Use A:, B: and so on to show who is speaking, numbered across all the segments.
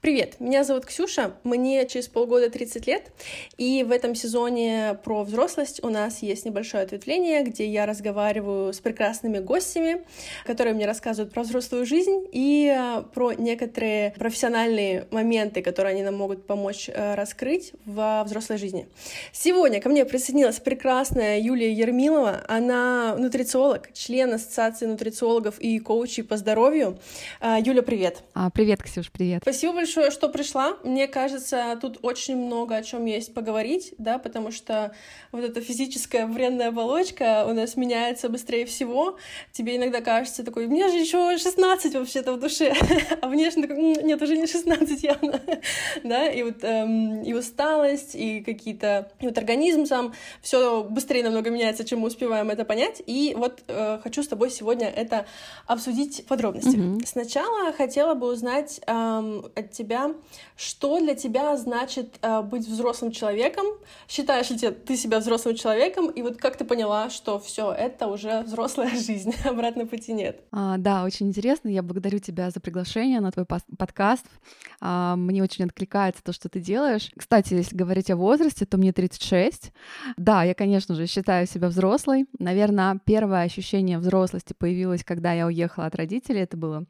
A: Привет, меня зовут Ксюша, мне через полгода 30 лет, и в этом сезоне про взрослость у нас есть небольшое ответвление, где я разговариваю с прекрасными гостями, которые мне рассказывают про взрослую жизнь и про некоторые профессиональные моменты, которые они нам могут помочь раскрыть во взрослой жизни. Сегодня ко мне присоединилась прекрасная Юлия Ермилова, она нутрициолог, член Ассоциации нутрициологов и коучей по здоровью. Юля, привет!
B: Привет, Ксюш, привет!
A: Спасибо большое, что пришла. Мне кажется, тут очень много о чем есть поговорить, да, потому что вот эта физическая бренная оболочка у нас меняется быстрее всего. Тебе иногда кажется такой, мне же еще 16 вообще-то в душе, а внешне такой, нет, уже не 16 явно, да, и вот и усталость, и какие-то, и вот организм сам, все быстрее намного меняется, чем мы успеваем это понять, и вот хочу с тобой сегодня это обсудить в подробностях. Сначала хотела бы узнать от тебя, что для тебя значит быть взрослым человеком? Считаешь ли ты себя взрослым человеком? И вот как ты поняла, что все это уже взрослая жизнь, обратного пути нет?
B: Да, очень интересно. Я благодарю тебя за приглашение на твой подкаст. Мне очень откликается то, что ты делаешь. Кстати, если говорить о возрасте, то мне 36. Да, я, конечно же, считаю себя взрослой. Наверное, первое ощущение взрослости появилось, когда я уехала от родителей. Это было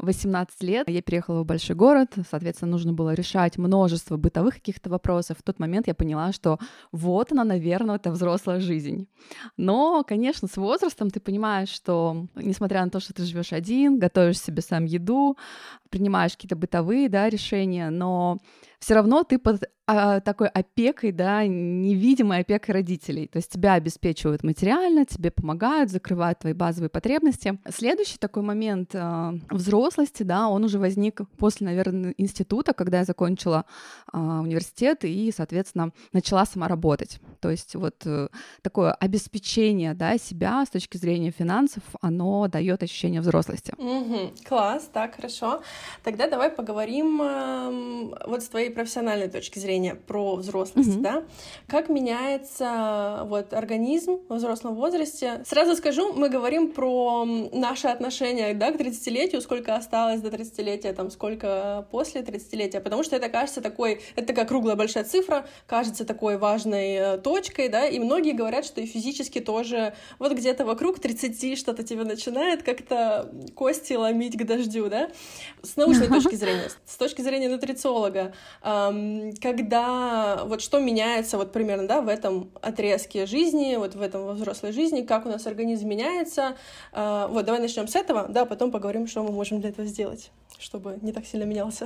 B: 18 лет. Я переехала в большой город, соответственно, нужно было решать множество бытовых каких-то вопросов. В тот момент я поняла, что вот она, наверное, это взрослая жизнь. Но, конечно, с возрастом ты понимаешь, что, несмотря на то, что ты живешь один, готовишь себе сам еду, принимаешь какие-то бытовые, решения, но все равно ты под такой опекой, невидимой опекой родителей. То есть тебя обеспечивают материально, тебе помогают, закрывают твои базовые потребности. Следующий такой момент взрослости, он уже возник после, наверное, института, когда я закончила университет и, соответственно, начала сама работать. То есть вот такое обеспечение себя с точки зрения финансов, оно дает ощущение взрослости.
A: Класс, так, хорошо. Тогда давай поговорим вот с твоей профессиональной точки зрения про взрослость, да? Как меняется вот организм во взрослом возрасте? Сразу скажу, мы говорим про наши отношения, к 30-летию, сколько осталось до 30-летия, там, сколько после 30-летия, потому что это кажется это такая круглая большая цифра, кажется такой важной точкой, и многие говорят, что и физически тоже вот где-то вокруг 30 что-то тебе начинает как-то кости ломить к дождю, да? С научной точки зрения, с точки зрения нутрициолога, когда вот что меняется вот примерно, в этом отрезке жизни, вот в этом во взрослой жизни, как у нас организм меняется. Вот, давай начнем с этого, потом поговорим, что мы можем для этого сделать, чтобы не так сильно менялся.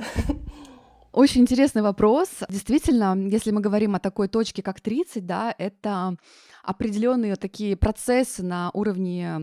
B: Очень интересный вопрос. Действительно, если мы говорим о такой точке, как 30, это определенные такие процессы на уровне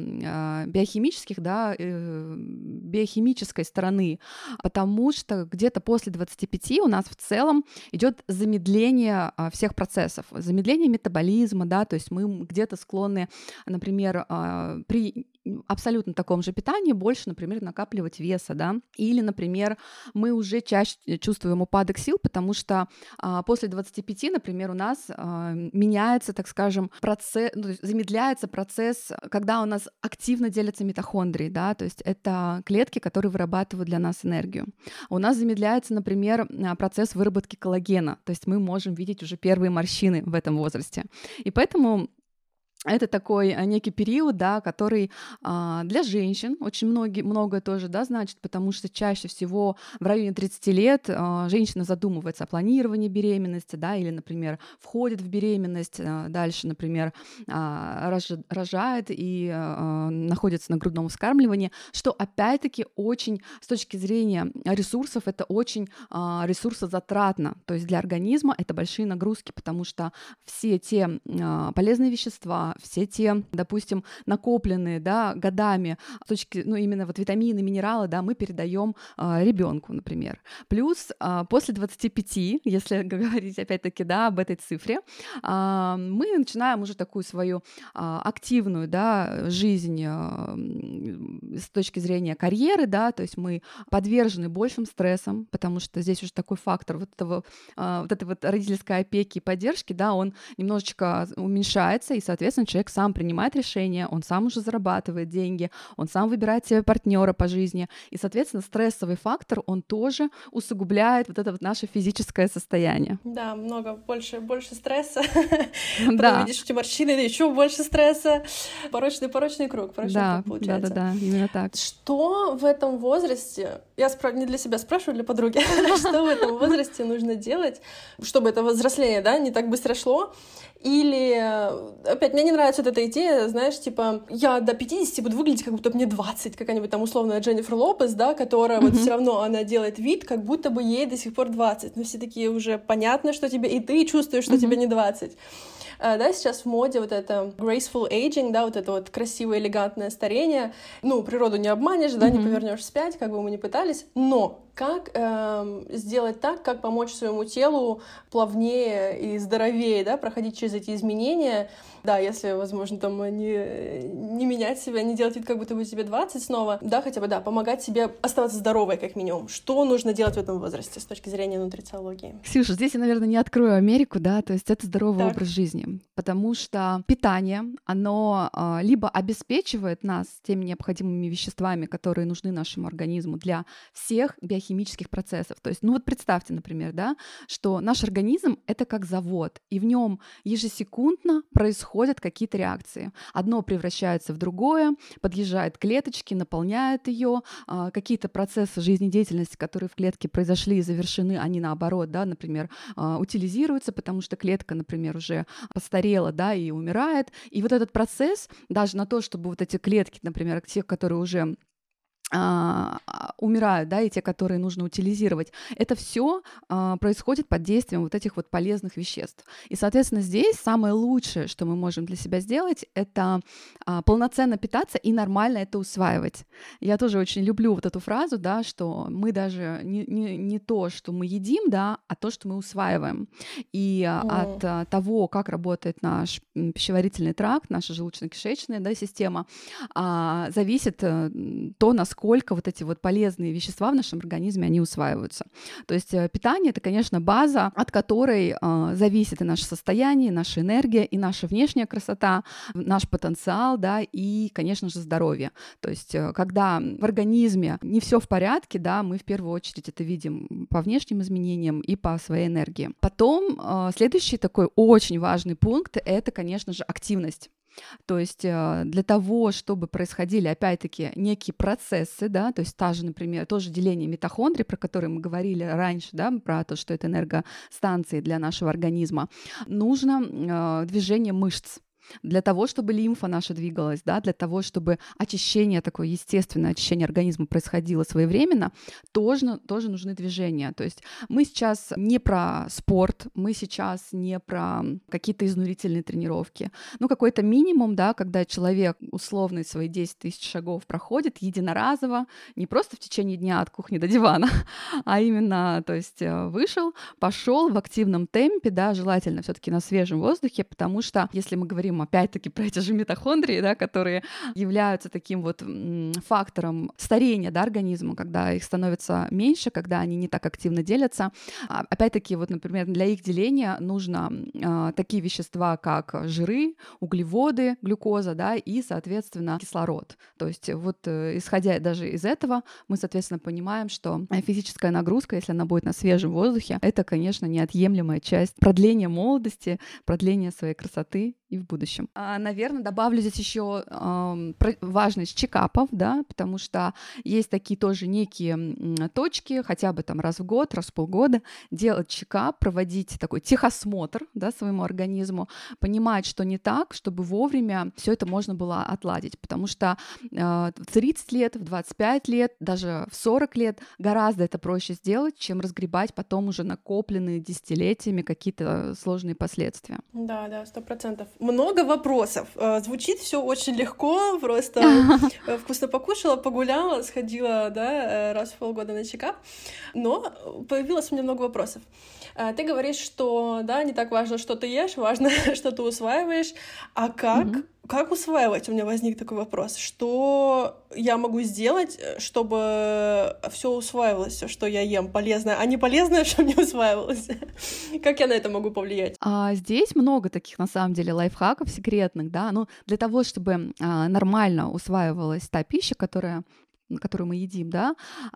B: биохимической стороны, потому что где-то после 25 у нас в целом идет замедление всех процессов, замедление метаболизма, то есть мы где-то склонны, например, при абсолютно таком же питании больше, например, накапливать веса, или, например, мы уже чаще чувствуем упадок сил, потому что после 25, например, у нас меняется, так скажем, замедляется процесс, когда у нас активно делятся митохондрии, то есть это клетки, которые вырабатывают для нас энергию. У нас замедляется, например, процесс выработки коллагена, то есть мы можем видеть уже первые морщины в этом возрасте. И поэтому это такой некий период, который для женщин очень многое тоже, значит, потому что чаще всего в районе 30 лет женщина задумывается о планировании беременности, или, например, входит в беременность, дальше, например, рожает и находится на грудном вскармливании, что опять-таки очень с точки зрения ресурсов это очень ресурсозатратно, то есть для организма это большие нагрузки, потому что все те полезные вещества, все те, допустим, накопленные, годами с точки, именно вот витамины, минералы, мы передаем ребенку, например. Плюс после 25, если говорить опять-таки, об этой цифре, мы начинаем уже такую свою активную, жизнь с точки зрения карьеры, то есть мы подвержены большим стрессам, потому что здесь уже такой фактор вот этой вот родительской опеки и поддержки, он немножечко уменьшается, и, соответственно, соответственно, человек сам принимает решение, он сам уже зарабатывает деньги, он сам выбирает себе партнера по жизни, и, соответственно, стрессовый фактор, он тоже усугубляет вот это вот наше физическое состояние.
A: Да, больше стресса. Потом видишь эти морщины, еще больше стресса. Порочный круг, получается.
B: Да, именно так.
A: Что в этом возрасте, я не для себя спрашиваю, для подруги, что в этом возрасте нужно делать, чтобы это взросление, да, не так быстро шло? Или, опять, мне не нравится вот эта идея, знаешь, типа, я до 50 буду выглядеть, как будто мне 20, какая-нибудь там условная Дженнифер Лопес, да, которая вот все равно она делает вид, как будто бы ей до сих пор 20. Но все такие уже понятно, что тебе, и ты чувствуешь, что тебе не 20. Да, сейчас в моде вот это graceful aging, да, вот это вот красивое, элегантное старение. Ну, природу не обманешь, да, не повернешь вспять, как бы мы ни пытались, но как сделать так, как помочь своему телу плавнее и здоровее, да, проходить через эти изменения, да, если, возможно, там не менять себя, не делать вид, как будто бы тебе 20 снова, да, хотя бы, да, помогать себе оставаться здоровой, как минимум. Что нужно делать в этом возрасте с точки зрения нутрициологии?
B: Ксюша, здесь я, наверное, не открою Америку, да, то есть это здоровый образ жизни, потому что питание, оно либо обеспечивает нас теми необходимыми веществами, которые нужны нашему организму для всех биохимических процессов. То есть, ну вот представьте, например, да, что наш организм — это как завод, и в нем ежесекундно происходят какие-то реакции. Одно превращается в другое, подъезжает к клеточке, наполняет ее, какие-то процессы жизнедеятельности, которые в клетке произошли и завершены, они наоборот, да, например, утилизируются, потому что клетка, например, уже постарела, да, и умирает. И вот этот процесс, даже на то, чтобы вот эти клетки, например, те, которые уже умирают, да, и те, которые нужно утилизировать. Это все происходит под действием вот этих вот полезных веществ. И, соответственно, здесь самое лучшее, что мы можем для себя сделать, это полноценно питаться и нормально это усваивать. Я тоже очень люблю вот эту фразу, да, что мы даже не то, что мы едим, да, а то, что мы усваиваем. И от того, как работает наш пищеварительный тракт, наша желудочно-кишечная, да, система, зависит то, насколько вот эти вот полезные вещества в нашем организме, они усваиваются. То есть питание — это, конечно, база, от которой зависит и наше состояние, и наша энергия, и наша внешняя красота, наш потенциал, да, и, конечно же, здоровье. То есть когда в организме не все в порядке, да, мы в первую очередь это видим по внешним изменениям и по своей энергии. Потом следующий такой очень важный пункт — это, конечно же, активность. То есть для того, чтобы происходили, опять-таки, некие процессы, да, то есть например, тоже деление митохондрий, про которые мы говорили раньше, да, про то, что это энергостанции для нашего организма, нужно движение мышц. Для того, чтобы лимфа наша двигалась, да, для того, чтобы очищение, такое естественное очищение организма происходило своевременно, тоже нужны движения. То есть мы сейчас не про спорт, мы сейчас не про какие-то изнурительные тренировки. Ну, какой-то минимум, да, когда человек условно свои 10 тысяч шагов проходит единоразово, не просто в течение дня от кухни до дивана, а именно, то есть вышел, пошел в активном темпе, да, желательно все-таки на свежем воздухе, потому что если мы говорим опять-таки про эти же митохондрии, да, которые являются таким вот фактором старения, да, организма, когда их становится меньше, когда они не так активно делятся. Опять-таки, вот, например, для их деления нужно такие вещества, как жиры, углеводы, глюкоза, да, и, соответственно, кислород. То есть вот исходя даже из этого, мы, соответственно, понимаем, что физическая нагрузка, если она будет на свежем воздухе, это, конечно, неотъемлемая часть продления молодости, продления своей красоты и в будущем. Наверное, добавлю здесь еще важность чекапов, да, потому что есть такие тоже некие точки, хотя бы там раз в год, раз в полгода, делать чекап, проводить такой техосмотр, да, своему организму, понимать, что не так, чтобы вовремя все это можно было отладить, потому что в 30 лет, в 25 лет, даже в 40 лет гораздо это проще сделать, чем разгребать потом уже накопленные десятилетиями какие-то сложные последствия.
A: Да, 100%. Много вопросов. Звучит все очень легко, просто вкусно покушала, погуляла, сходила, да, раз в полгода на чекап, но появилось у меня много вопросов. Ты говоришь, что, да, не так важно, что ты ешь, важно, что ты усваиваешь, а как как усваивать? У меня возник такой вопрос. Что я могу сделать, чтобы все усваивалось, все, что я ем, полезное, а не полезное, чтобы не усваивалось? Как я на это могу повлиять?
B: Здесь много таких, на самом деле, лайфхаков секретных, да, ну, для того, чтобы нормально усваивалась та пища, которую мы едим, да,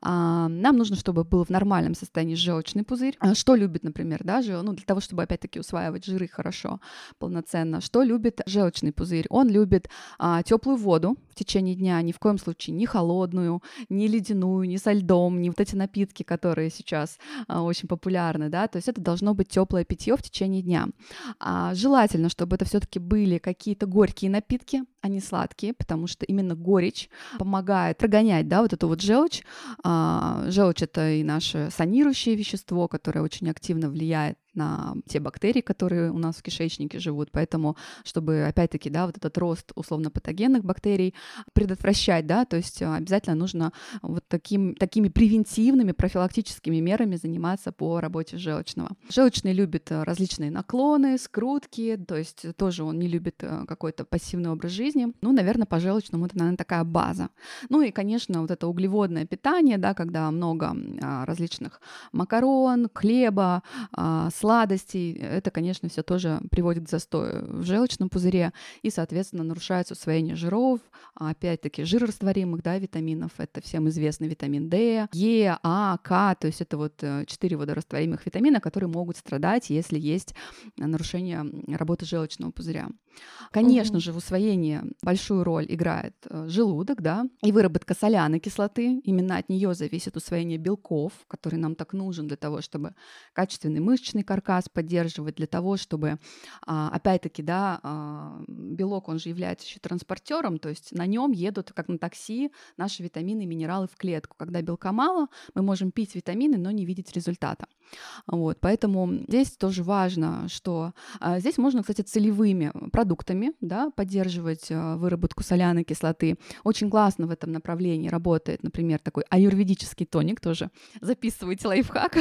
B: нам нужно, чтобы был в нормальном состоянии желчный пузырь. Что любит, например, да, ну, для того, чтобы, опять-таки, усваивать жиры хорошо, полноценно. Что любит желчный пузырь? Он любит теплую воду в течение дня, ни в коем случае не холодную, не ледяную, не со льдом, не вот эти напитки, которые сейчас очень популярны, да, то есть это должно быть теплое питье в течение дня. Желательно, чтобы это все-таки были какие-то горькие напитки, а не сладкие, потому что именно горечь помогает прогонять, да, вот эту вот желчь. Желчь — это и наше санирующее вещество, которое очень активно влияет на те бактерии, которые у нас в кишечнике живут, поэтому, чтобы, опять-таки, да, вот этот рост условно-патогенных бактерий предотвращать, да, то есть обязательно нужно вот такими превентивными профилактическими мерами заниматься по работе желчного. Желчный любит различные наклоны, скрутки, то есть тоже он не любит какой-то пассивный образ жизни. Ну, наверное, по желчному это, наверное, такая база. Ну и, конечно, вот это углеводное питание, да, когда много различных макарон, хлеба, сладостей, это, конечно, все тоже приводит к застою в желчном пузыре и, соответственно, нарушается усвоение жиров, опять-таки жирорастворимых, да, витаминов, это всем известный витамин D, Е, А, К, то есть это вот 4 водорастворимых витамина, которые могут страдать, если есть нарушение работы желчного пузыря. Конечно же, в усвоении большую роль играет желудок, да, и выработка соляной кислоты. Именно от нее зависит усвоение белков, который нам так нужен для того, чтобы качественный мышечный каркас поддерживать, для того, чтобы, опять-таки, да, белок, он же является еще транспортером, то есть на нем едут, как на такси, наши витамины и минералы в клетку. Когда белка мало, мы можем пить витамины, но не видеть результата. Вот, поэтому здесь тоже важно, что здесь можно, кстати, целевыми продуктами, да, поддерживать выработку соляной кислоты. Очень классно в этом направлении работает, например, такой аюрведический тоник, тоже записывайте лайфхак.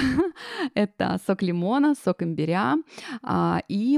B: Это сок лимона, сок имбиря и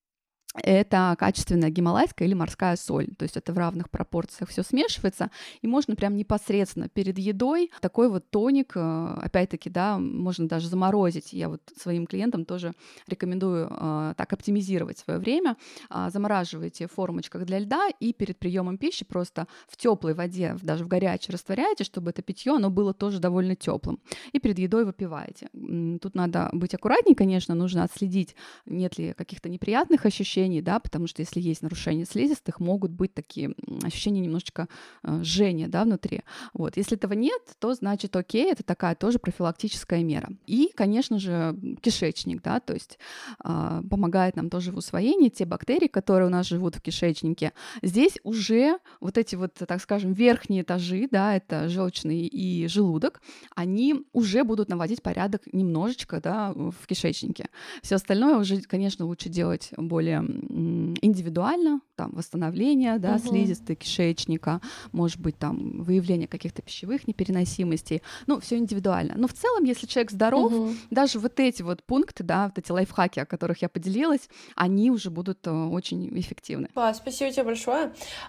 B: это качественная гималайская или морская соль, то есть это в равных пропорциях все смешивается, и можно прям непосредственно перед едой такой вот тоник, опять-таки, да, можно даже заморозить. Я вот своим клиентам тоже рекомендую так оптимизировать свое время. Замораживаете в формочках для льда и перед приемом пищи просто в теплой воде, даже в горячей, растворяете, чтобы это питье, оно было тоже довольно теплым, и перед едой выпиваете. Тут надо быть аккуратней, конечно, нужно отследить, нет ли каких-то неприятных ощущений, да, потому что если есть нарушения слизистых, могут быть такие ощущения немножечко жжения, да, внутри. Вот. Если этого нет, то значит окей, это такая тоже профилактическая мера. И, конечно же, кишечник, да, то есть помогает нам тоже в усвоении те бактерии, которые у нас живут в кишечнике. Здесь уже вот эти вот, так скажем, верхние этажи, да, это желчный и желудок, они уже будут наводить порядок немножечко, да, в кишечнике. Все остальное уже, конечно, лучше делать более индивидуально, там, восстановление, да, слизистой кишечника, может быть, там, выявление каких-то пищевых непереносимостей, ну, все индивидуально. Но в целом, если человек здоров, даже вот эти вот пункты, да, вот эти лайфхаки, о которых я поделилась, они уже будут очень эффективны.
A: Спасибо тебе большое.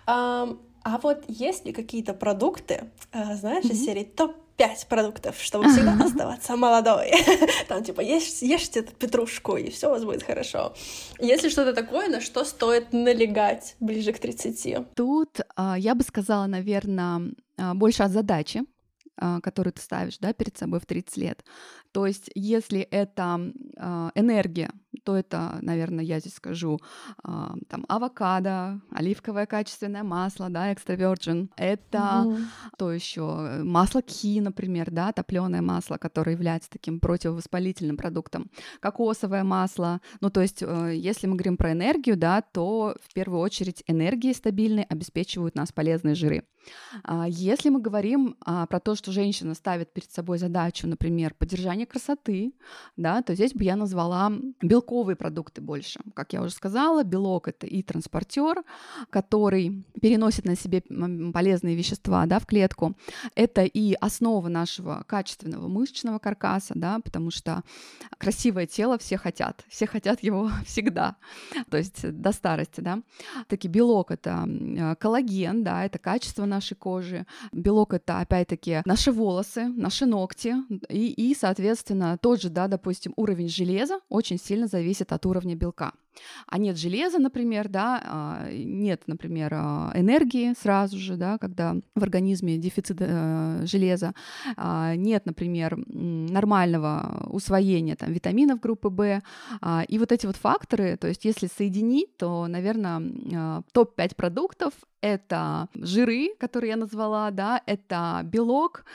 A: А вот есть ли какие-то продукты, знаешь, из серии топ-5 продуктов, чтобы всегда оставаться молодой? Там типа ешьте петрушку, и все у вас будет хорошо. Есть ли что-то такое, на что стоит налегать ближе к 30?
B: Тут я бы сказала, наверное, больше от задачи, которую ты ставишь, да, перед собой в 30 лет. То есть если это энергия, то это, наверное, я здесь скажу, там, авокадо, оливковое качественное масло, да, extra virgin. Это то еще масло ки, например, да, топленое масло, которое является таким противовоспалительным продуктом. Кокосовое масло. Ну, то есть если мы говорим про энергию, да, то в первую очередь энергии стабильной обеспечивают нас полезные жиры. Если мы говорим про то, что женщина ставит перед собой задачу, например, поддержания красоты, да, то здесь бы я назвала белковые белковые продукты больше. Как я уже сказала, белок — это и транспортер, который переносит на себе полезные вещества, да, в клетку. Это и основа нашего качественного мышечного каркаса, да, потому что красивое тело все хотят его всегда, то есть до старости, да. Таки белок — это коллаген, да, это качество нашей кожи. Белок — это, опять-таки, наши волосы, наши ногти и, соответственно, тот же, да, допустим, уровень железа очень сильно зависит от уровня белка. А нет железа, например, да, нет, например, энергии сразу же, да, когда в организме дефицит железа, нет, например, нормального усвоения там витаминов группы В, и вот эти вот факторы, то есть если соединить, то, наверное, топ-5 продуктов — это жиры, которые я назвала, да, это белок,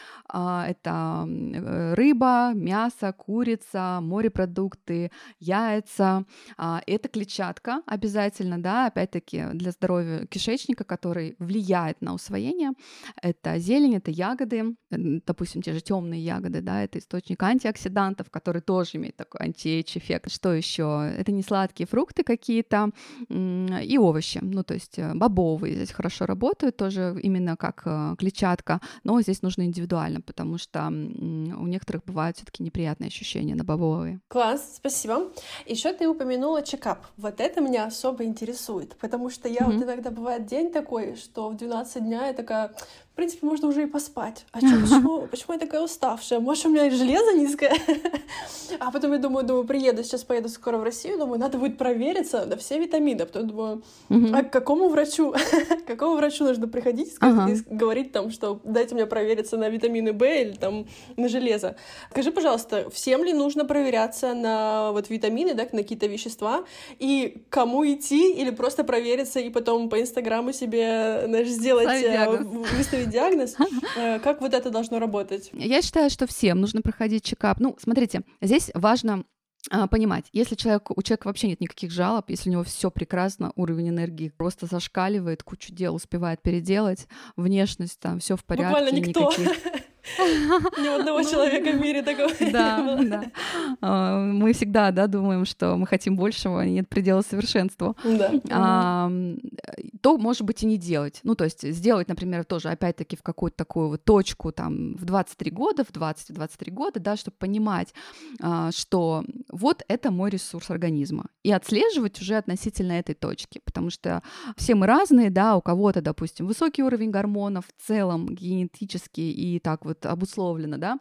B: это рыба, мясо, курица, морепродукты, яйца, это клетчатка обязательно, да, опять-таки для здоровья кишечника, который влияет на усвоение. Это зелень, это ягоды, допустим, те же темные ягоды, да, это источник антиоксидантов, который тоже имеет такой анти-эйдж-эффект. Что еще? Это не сладкие фрукты какие-то и овощи, ну, то есть бобовые здесь хорошо работают, тоже именно как клетчатка, но здесь нужно индивидуально, потому что у некоторых бывают все-таки неприятные ощущения на бобовые.
A: Класс, спасибо. Еще ты упомянула чекап. Вот это меня особо интересует, потому что я вот иногда бывает день такой, что в 12 дня я такая, в принципе, можно уже и поспать. А почему я такая уставшая? Может, у меня железо низкое? А потом я думаю, приеду, сейчас поеду скоро в Россию, думаю, надо будет провериться на все витамины. А потом думаю, а к какому врачу? К какому врачу нужно приходить и говорить там, что дайте мне провериться на витамины В или там на железо? Скажи, пожалуйста, всем ли нужно проверяться на вот витамины, да, на какие-то вещества? И кому идти или просто провериться и потом по Инстаграму себе, знаешь, выставить диагноз? Как вот это должно работать?
B: Я считаю, что всем нужно проходить чекап. Ну, смотрите, здесь важно понимать, если у человека вообще нет никаких жалоб, если у него все прекрасно, уровень энергии просто зашкаливает, кучу дел успевает переделать, внешность там все в порядке.
A: Буквально никто. Ни одного человека в мире такого не было.
B: Да. Мы всегда, да, думаем, что мы хотим большего, нет предела совершенству. То, может быть, и не делать. Ну, то есть сделать, например, тоже, опять-таки, в какую-то такую вот точку там в 23 года, в 20-23 года, да, чтобы понимать, что вот это мой ресурс организма. И отслеживать уже относительно этой точки, потому что все мы разные, да, у кого-то, допустим, высокий уровень гормонов в целом генетически и так вот обусловлено, да,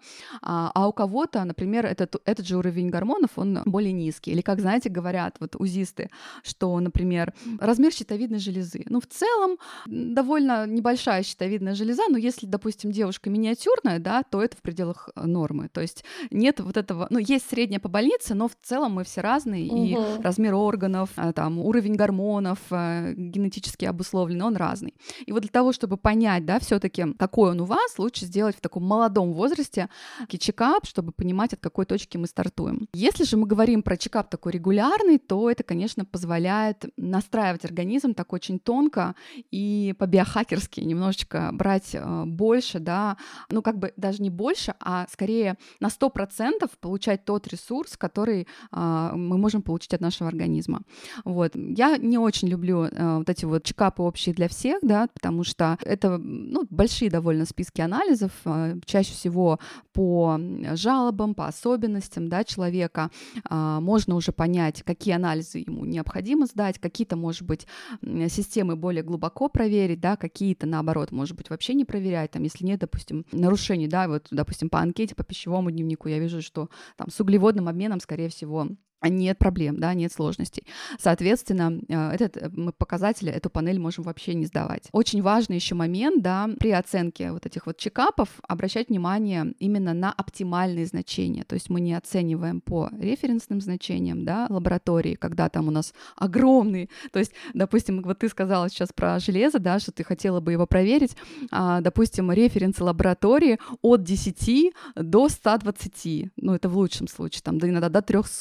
B: а у кого-то, например, этот же уровень гормонов, он более низкий. Или, как, знаете, говорят вот узисты, что, например, размер щитовидной железы. Ну, в целом, довольно небольшая щитовидная железа, но если, допустим, девушка миниатюрная, да, то это в пределах нормы. То есть нет вот этого, ну, есть средняя по больнице, но в целом мы все разные, и размер органов, там, уровень гормонов генетически обусловлен, он разный. И вот для того, чтобы понять, да, все-таки какой он у вас, лучше сделать в таком молодом возрасте чекап, чтобы понимать, от какой точки мы стартуем. Если же мы говорим про чекап такой регулярный, то это, конечно, позволяет настраивать организм так очень тонко и по-биохакерски немножечко брать больше, да, ну как бы даже не больше, а скорее на 100% получать тот ресурс, который мы можем получить от нашего организма. Вот. Я не очень люблю вот эти вот чекапы общие для всех, да, потому что это, ну, большие довольно списки анализов, чаще всего по жалобам, по особенностям, да, человека можно уже понять, какие анализы ему необходимо сдать, какие-то, может быть, системы более глубоко проверить, да, какие-то, наоборот, может быть, вообще не проверять, там, если нет, допустим, нарушений, да, вот, допустим, по анкете, по пищевому дневнику я вижу, что там с углеводным обменом, скорее всего, нет проблем, да, нет сложностей. Соответственно, мы показатели, эту панель можем вообще не сдавать. Очень важный еще момент, да, при оценке вот этих вот чекапов обращать внимание именно на оптимальные значения. То есть мы не оцениваем по референсным значениям, да, лаборатории, когда там у нас огромные, то есть, допустим, вот ты сказала сейчас про железо, да, что ты хотела бы его проверить, допустим, референсы лаборатории от 10 до 120, ну, это в лучшем случае, там, иногда до 300.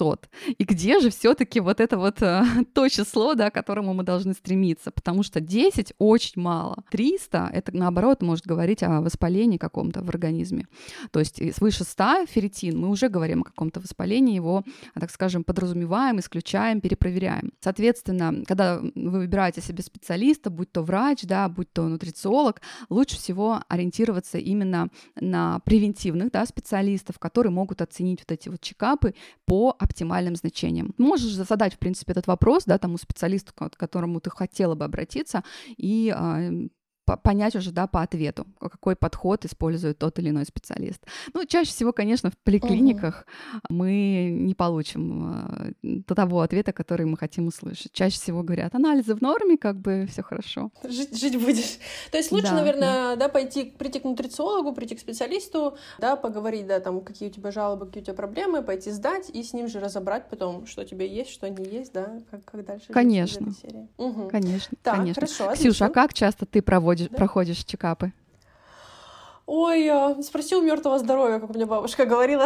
B: И где же все-таки вот это вот то число, да, к которому мы должны стремиться? Потому что 10 очень мало. 300 — это, наоборот, может говорить о воспалении каком-то в организме. То есть свыше 100 ферритин мы уже говорим о каком-то воспалении, его, так скажем, подразумеваем, исключаем, перепроверяем. Соответственно, когда вы выбираете себе специалиста, будь то врач, да, будь то нутрициолог, лучше всего ориентироваться именно на превентивных, да, специалистов, которые могут оценить вот эти вот чекапы по оптимальным значениям. Можешь задать, в принципе, этот вопрос, да, тому специалисту, к которому ты хотела бы обратиться, и понять уже, да, по ответу, какой подход использует тот или иной специалист. Ну, чаще всего, конечно, в поликлиниках мы не получим того ответа, который мы хотим услышать. Чаще всего говорят: анализы в норме, как бы все хорошо.
A: Жить будешь. То есть лучше, наверное, да, прийти к нутрициологу, прийти к специалисту, да, поговорить, да, там, какие у тебя жалобы, какие у тебя проблемы, пойти сдать и с ним же разобрать потом, что у тебя есть, что не есть, да, как дальше.
B: Конечно.
A: Жить в этой серии.
B: Конечно.
A: Так,
B: конечно.
A: хорошо.
B: Ксюша, а как часто ты проходишь чекапы?
A: Ой, спроси у мертвого здоровья, как у меня бабушка говорила.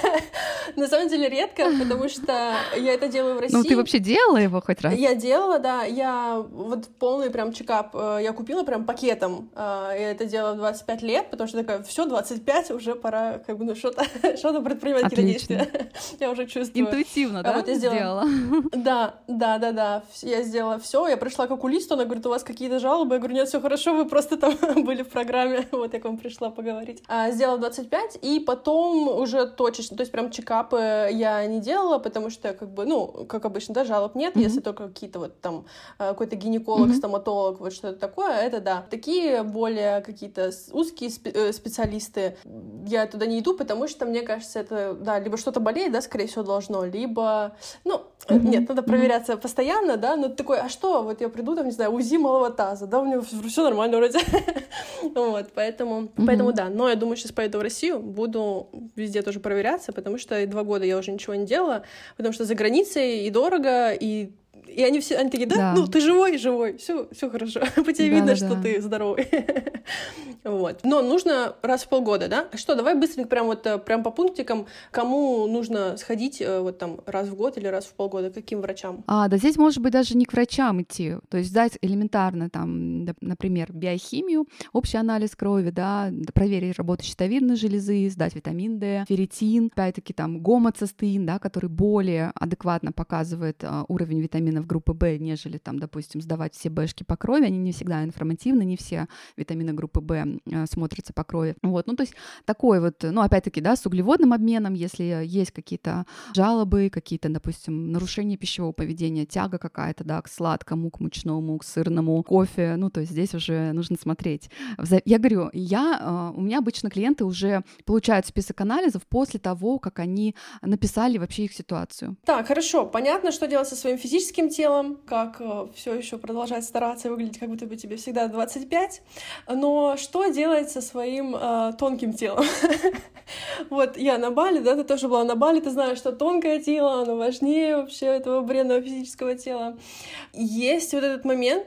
A: На самом деле редко, потому что я это делаю в России.
B: Ну, ты вообще делала его хоть раз?
A: Я делала, да. Я вот полный прям чекап я купила прям пакетом. Я это делала в 25 лет, потому что такая: все, 25, уже пора как бы, ну, что-то предпринимать, какие-то действия. Я уже чувствую.
B: Интуитивно, да,
A: вот я
B: сделала?
A: Да. Я сделала все. Я пришла к окулисту, она говорит: у вас какие-то жалобы? Я говорю: нет, все хорошо, вы просто там были в программе. Вот я к вам пришла поговорить. Сделала 25, и потом уже точечно, то есть прям чекапы я не делала, потому что, как бы, ну, как обычно, да, жалоб нет, если только какие-то вот там какой-то гинеколог, стоматолог, вот что-то такое, это да. Такие более какие-то узкие специалисты, я туда не иду, потому что, мне кажется, это, да, либо что-то болеет, да, скорее всего, должно, либо, ну, нет, надо проверяться постоянно, да, но такой: а что, вот я приду, там, не знаю, УЗИ малого таза, да, у меня все нормально вроде. Вот, поэтому да, но я думаю, сейчас поеду в Россию, буду везде тоже проверяться, потому что 2 года я уже ничего не делала, потому что за границей и дорого, и они такие: да, ну, ты живой, все хорошо, по тебе видно, что ты здоровый. Вот. Но нужно раз в полгода, да? Что, давай быстренько прям по пунктикам, кому нужно сходить вот там раз в год или раз в полгода, каким врачам?
B: Да здесь, может быть, даже не к врачам идти, то есть сдать элементарно там, например, биохимию, общий анализ крови, да, проверить работу щитовидной железы, сдать витамин D, ферритин, опять-таки там гомоцистеин, да, который более адекватно показывает уровень витаминов группы В, нежели там, допустим, сдавать все Бшки по крови, они не всегда информативны, не все витамины группы В смотрятся по крови. Вот, ну, то есть такой вот, ну, опять-таки, да, с углеводным обменом, если есть какие-то жалобы, какие-то, допустим, нарушения пищевого поведения, тяга какая-то, да, к сладкому, к мучному, к сырному, кофе, ну, то есть здесь уже нужно смотреть. Я говорю, у меня обычно клиенты уже получают список анализов после того, как они написали вообще их ситуацию.
A: Так, хорошо, понятно, что делать со своим физическим телом, как все еще продолжать стараться выглядеть, как будто бы тебе всегда 25, но что делать со своим тонким телом? Вот я на Бали, да, ты тоже была на Бали, ты знаешь, что тонкое тело, оно важнее вообще этого бренного физического тела. Есть вот этот момент,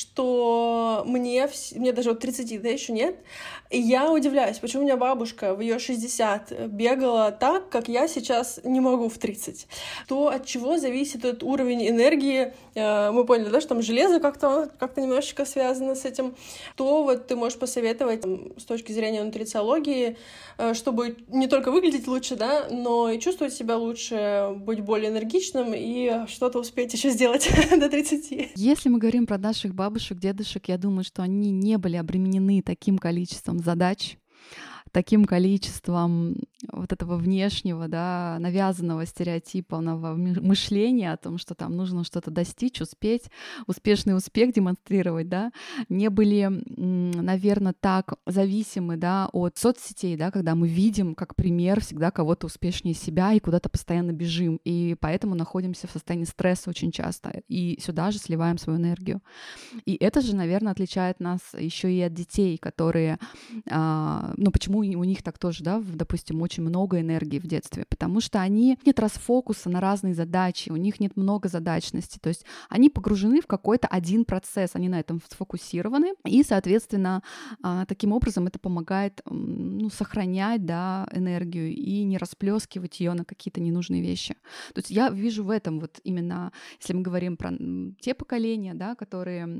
A: что мне даже вот 30, да, еще нет, и я удивляюсь, почему у меня бабушка в ее 60 бегала так, как я сейчас не могу в 30. То, от чего зависит этот уровень энергии, мы поняли, да, что там железо как-то немножечко связано с этим, то вот ты можешь посоветовать там, с точки зрения нутрициологии, чтобы не только выглядеть лучше, да, но и чувствовать себя лучше, быть более энергичным и что-то успеть еще сделать до 30.
B: Если мы говорим про наших бабушек, дедушек, я думаю, что они не были обременены таким количеством задач, таким количеством вот этого внешнего, да, навязанного стереотипного мышления о том, что там нужно что-то достичь, успеть, успешный успех демонстрировать, да, не были, наверное, так зависимы, да, от соцсетей, да, когда мы видим, как пример, всегда кого-то успешнее себя и куда-то постоянно бежим, и поэтому находимся в состоянии стресса очень часто, и сюда же сливаем свою энергию. И это же, наверное, отличает нас еще и от детей, которые, ну, почему у них так тоже, да, допустим, очень много энергии в детстве, потому что они нет расфокуса на разные задачи, у них нет многозадачности, то есть они погружены в какой-то один процесс, они на этом сфокусированы, и, соответственно, таким образом это помогает сохранять, да, энергию и не расплескивать ее на какие-то ненужные вещи. То есть я вижу в этом вот именно, если мы говорим про те поколения, да, которые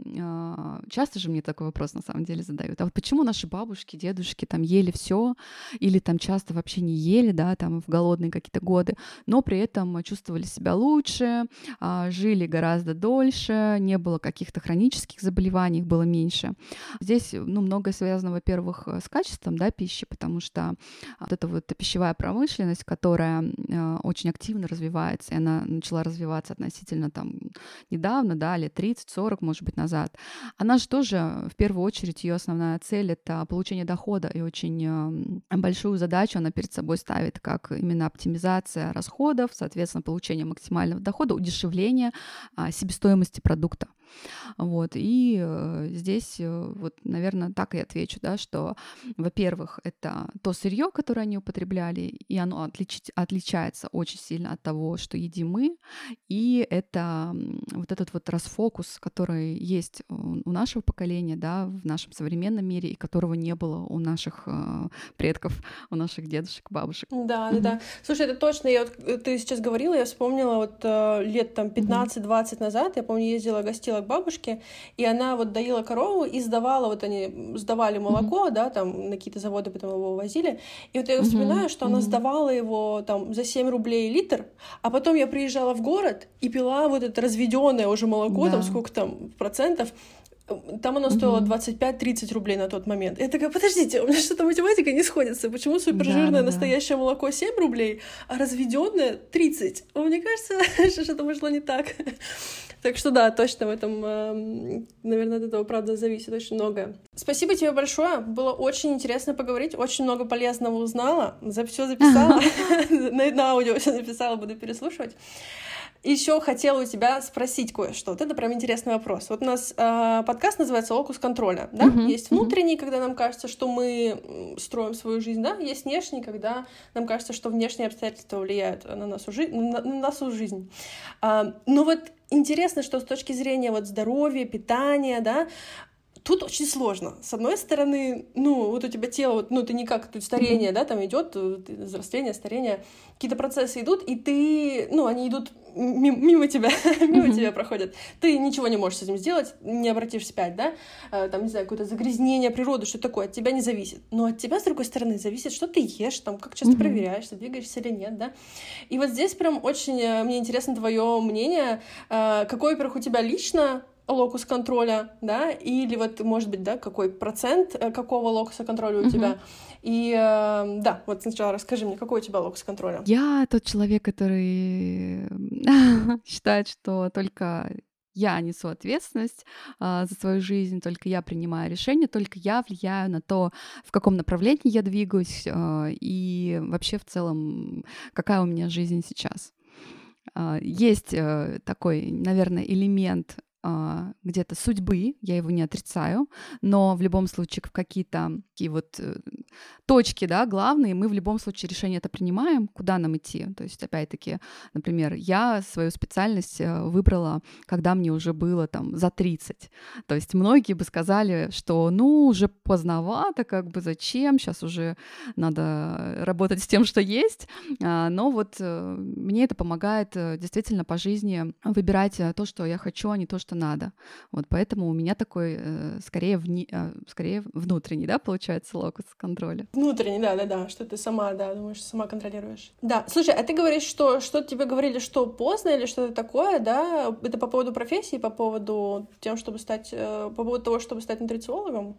B: часто же мне такой вопрос на самом деле задают, а вот почему наши бабушки, дедушки там ели все или там часто вообще не ели, да, там в голодные какие-то годы, но при этом чувствовали себя лучше, жили гораздо дольше, не было каких-то хронических заболеваний, их было меньше. Здесь, многое связано, во-первых, с качеством, да, пищи, потому что вот эта вот пищевая промышленность, которая очень активно развивается, и она начала развиваться относительно там недавно, да, лет 30-40, может быть, назад, она же тоже, в первую очередь, ее основная цель — это получение дохода, и очень большую задачу она перед собой ставит, как именно оптимизация расходов, соответственно, получение максимального дохода, удешевление себестоимости продукта. Вот. И здесь, вот, наверное, так и отвечу, да, что, во-первых, это то сырье, которое они употребляли, и оно отличается очень сильно от того, что едим мы, и это вот этот вот расфокус, который есть у нашего поколения, да, в нашем современном мире, и которого не было у наших предков, у наших дедушек, бабушек.
A: Да. Слушай, это точно. Ты сейчас говорила, я вспомнила вот лет там 15-20 назад, я помню, ездила, гостила к бабушке, и она вот доила корову и сдавала, вот они сдавали молоко, да, там на какие-то заводы потом его возили, и вот я вспоминаю, что она сдавала его там за 7 рублей литр, а потом я приезжала в город и пила вот это разведенное уже молоко, там сколько там процентов, там оно стоило 25-30 рублей на тот момент. Я такая, подождите, у меня что-то математика не сходится. Почему супержирное настоящее молоко 7 рублей, а разведенное 30? Мне кажется, что что-то пошло не так. Так что да, точно в этом, наверное, от этого, правда, зависит очень многое. Спасибо тебе большое. Было очень интересно поговорить. Очень много полезного узнала. Все записала. На аудио все записала, буду переслушивать. Еще хотела у тебя спросить кое-что. Вот это прям интересный вопрос. Вот у нас подкаст называется «Локус контроля». Да? Есть внутренний, когда нам кажется, что мы строим свою жизнь. Да? Есть внешний, когда нам кажется, что внешние обстоятельства влияют на нашу жизнь. Но вот интересно, что с точки зрения вот здоровья, питания, да, тут очень сложно. С одной стороны, вот у тебя тело, ты никак, тут старение, да, там идет взросление, старение, какие-то процессы идут, и ты, они идут мимо тебя, мимо тебя проходят. Ты ничего не можешь с этим сделать, не обратишь вспять, да, там, не знаю, какое-то загрязнение природы, что такое, от тебя не зависит. Но от тебя, с другой стороны, зависит, что ты ешь, там, как часто проверяешься, двигаешься или нет, да. И вот здесь прям очень мне интересно твое мнение, какой, во-первых, у тебя лично локус контроля, да, или вот, может быть, да, какой процент какого локуса контроля у тебя. И да, вот сначала расскажи мне, какой у тебя локус контроля?
B: Я тот человек, который считает, что только я несу ответственность за свою жизнь, только я принимаю решения, только я влияю на то, в каком направлении я двигаюсь, и вообще в целом, какая у меня жизнь сейчас. Есть такой, наверное, элемент где-то судьбы, я его не отрицаю, но в любом случае в какие-то такие вот точки, да, главные, мы в любом случае решение это принимаем, куда нам идти. То есть, опять-таки, например, я свою специальность выбрала, когда мне уже было там за 30. То есть многие бы сказали, что уже поздновато, как бы зачем, сейчас уже надо работать с тем, что есть. Но вот мне это помогает действительно по жизни выбирать то, что я хочу, а не то, что надо. Вот поэтому у меня такой скорее внутренний, да, получается, локус контроля.
A: Внутренний, да, что ты сама, да, думаешь, сама контролируешь. Да, слушай, а ты говоришь, что тебе говорили, что поздно или что-то такое, да? Это по поводу профессии, по поводу того, чтобы стать нутрициологом?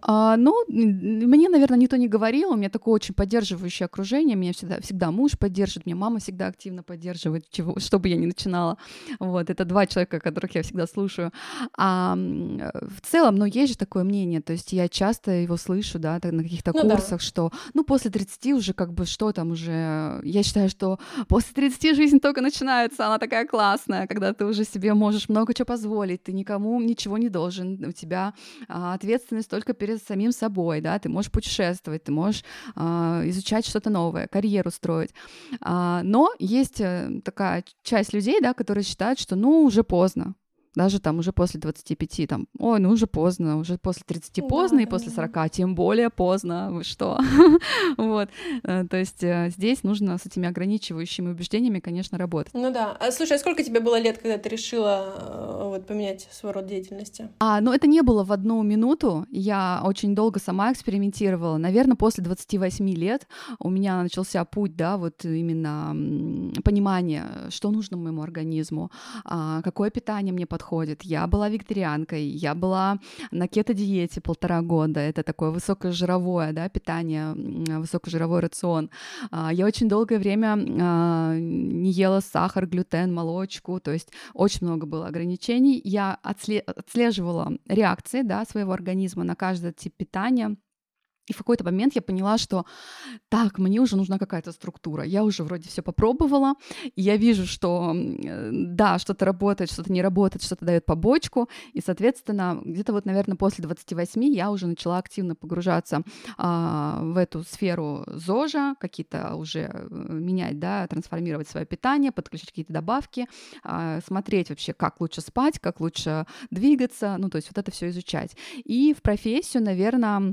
B: Мне, наверное, никто не говорил, у меня такое очень поддерживающее окружение, меня всегда муж поддерживает, меня мама всегда активно поддерживает, что бы я ни начинала. Вот, это 2 человека, которых я всегда слушаю. В целом, ну, есть же такое мнение, то есть я часто его слышу, да, на каких-то курсах, что, ну, после 30 уже как бы что там уже... Я считаю, что после 30 жизнь только начинается, она такая классная, когда ты уже себе можешь много чего позволить, ты никому ничего не должен, у тебя ответственность только перед самим собой, да, ты можешь путешествовать, ты можешь изучать что-то новое, карьеру строить. Но есть такая часть людей, да, которые считают, что, ну, уже поздно. Даже там уже после 25, там, ой, ну уже поздно, уже после 30 поздно, и после 40 тем более поздно, вы что? Вот, то есть здесь нужно с этими ограничивающими убеждениями, конечно, работать.
A: Ну да. Слушай, а сколько тебе было лет, когда ты решила вот поменять свой род деятельности?
B: Ну это не было в одну минуту, я очень долго сама экспериментировала. Наверное, после 28 лет у меня начался путь, да, вот именно понимание, что нужно моему организму, какое питание мне подходит. Я была вегетарианкой, я была на кето-диете 1,5 года, это такое высокожировое, да, питание, высокожировой рацион. Я очень долгое время не ела сахар, глютен, молочку, то есть очень много было ограничений. Я отслеживала реакции, да, своего организма на каждый тип питания. И в какой-то момент я поняла, что так, мне уже нужна какая-то структура. Я уже вроде все попробовала, и я вижу, что да, что-то работает, что-то не работает, что-то дает побочку. И, соответственно, где-то вот, наверное, после 28 я уже начала активно погружаться в эту сферу ЗОЖа, какие-то уже менять, да, трансформировать свое питание, подключить какие-то добавки, смотреть вообще, как лучше спать, как лучше двигаться, ну, то есть вот это все изучать. И в профессию, наверное,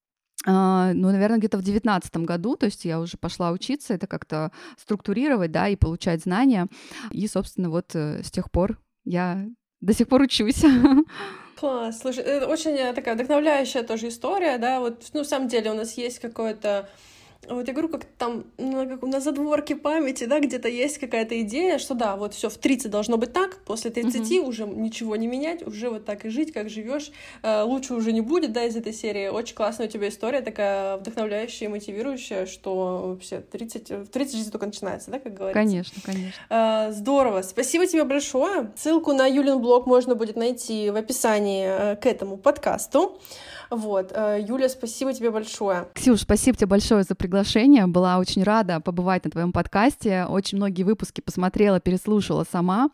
B: где-то в 2019 году, то есть я уже пошла учиться, это как-то структурировать, да, и получать знания. И, собственно, вот с тех пор я до сих пор учусь.
A: Класс. Слушай, это очень такая вдохновляющая тоже история, да, вот, ну, в самом деле у нас есть какое-то... Вот я говорю, как там на задворке памяти, да, где-то есть какая-то идея, что да, вот все в 30 должно быть так, после 30 уже ничего не менять, уже вот так и жить, как живешь, лучше уже не будет, да, из этой серии. Очень классная у тебя история, такая вдохновляющая и мотивирующая, что вообще в 30 жизнь только начинается, да, как говорится.
B: Конечно, конечно.
A: Здорово. Спасибо тебе большое. Ссылку на Юлин блог можно будет найти в описании к этому подкасту. Вот. Юля, спасибо тебе большое.
B: Ксюш, спасибо тебе большое за приглашение. Была очень рада побывать на твоем подкасте. Очень многие выпуски посмотрела, переслушала сама.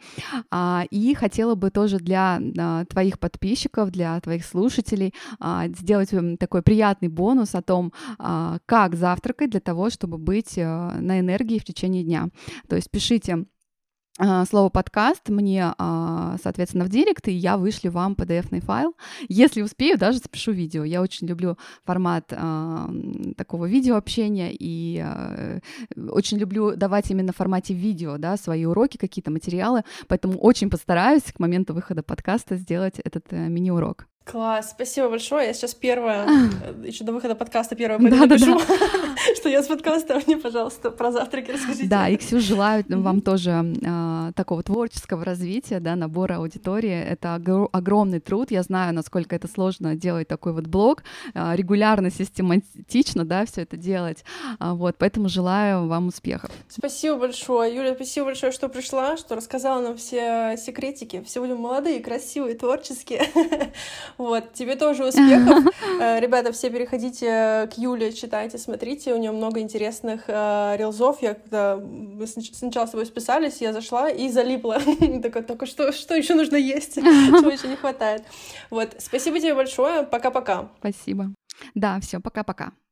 B: И хотела бы тоже для твоих подписчиков, для твоих слушателей сделать такой приятный бонус о том, как завтракать для того, чтобы быть на энергии в течение дня. То есть пишите слово «подкаст» мне, соответственно, в директ, и я вышлю вам PDF-ный файл. Если успею, даже запишу видео. Я очень люблю формат такого видеообщения и очень люблю давать именно в формате видео, да, свои уроки, какие-то материалы, поэтому очень постараюсь к моменту выхода подкаста сделать этот мини-урок.
A: Класс, спасибо большое. Я сейчас еще до выхода подкаста напишу, что я с подкаста, мне, пожалуйста, про завтраки расскажите.
B: Да, и, Ксюш, желаю вам тоже такого творческого развития, да, набора аудитории. Это огромный труд. Я знаю, насколько это сложно делать такой вот блог, регулярно, систематично, да, все это делать. Вот, поэтому желаю вам успехов.
A: Спасибо большое, Юля, спасибо большое, что пришла, что рассказала нам все секретики. Все будем молодые, красивые, творческие. Вот, тебе тоже успехов. Ребята, все переходите к Юле, читайте, смотрите, у нее много интересных рилзов. Я когда сначала с тобой списались, я зашла и залипла. Такая, только что еще нужно есть, чего еще не хватает. Вот, спасибо тебе большое, пока-пока.
B: Спасибо. Да, все, пока-пока.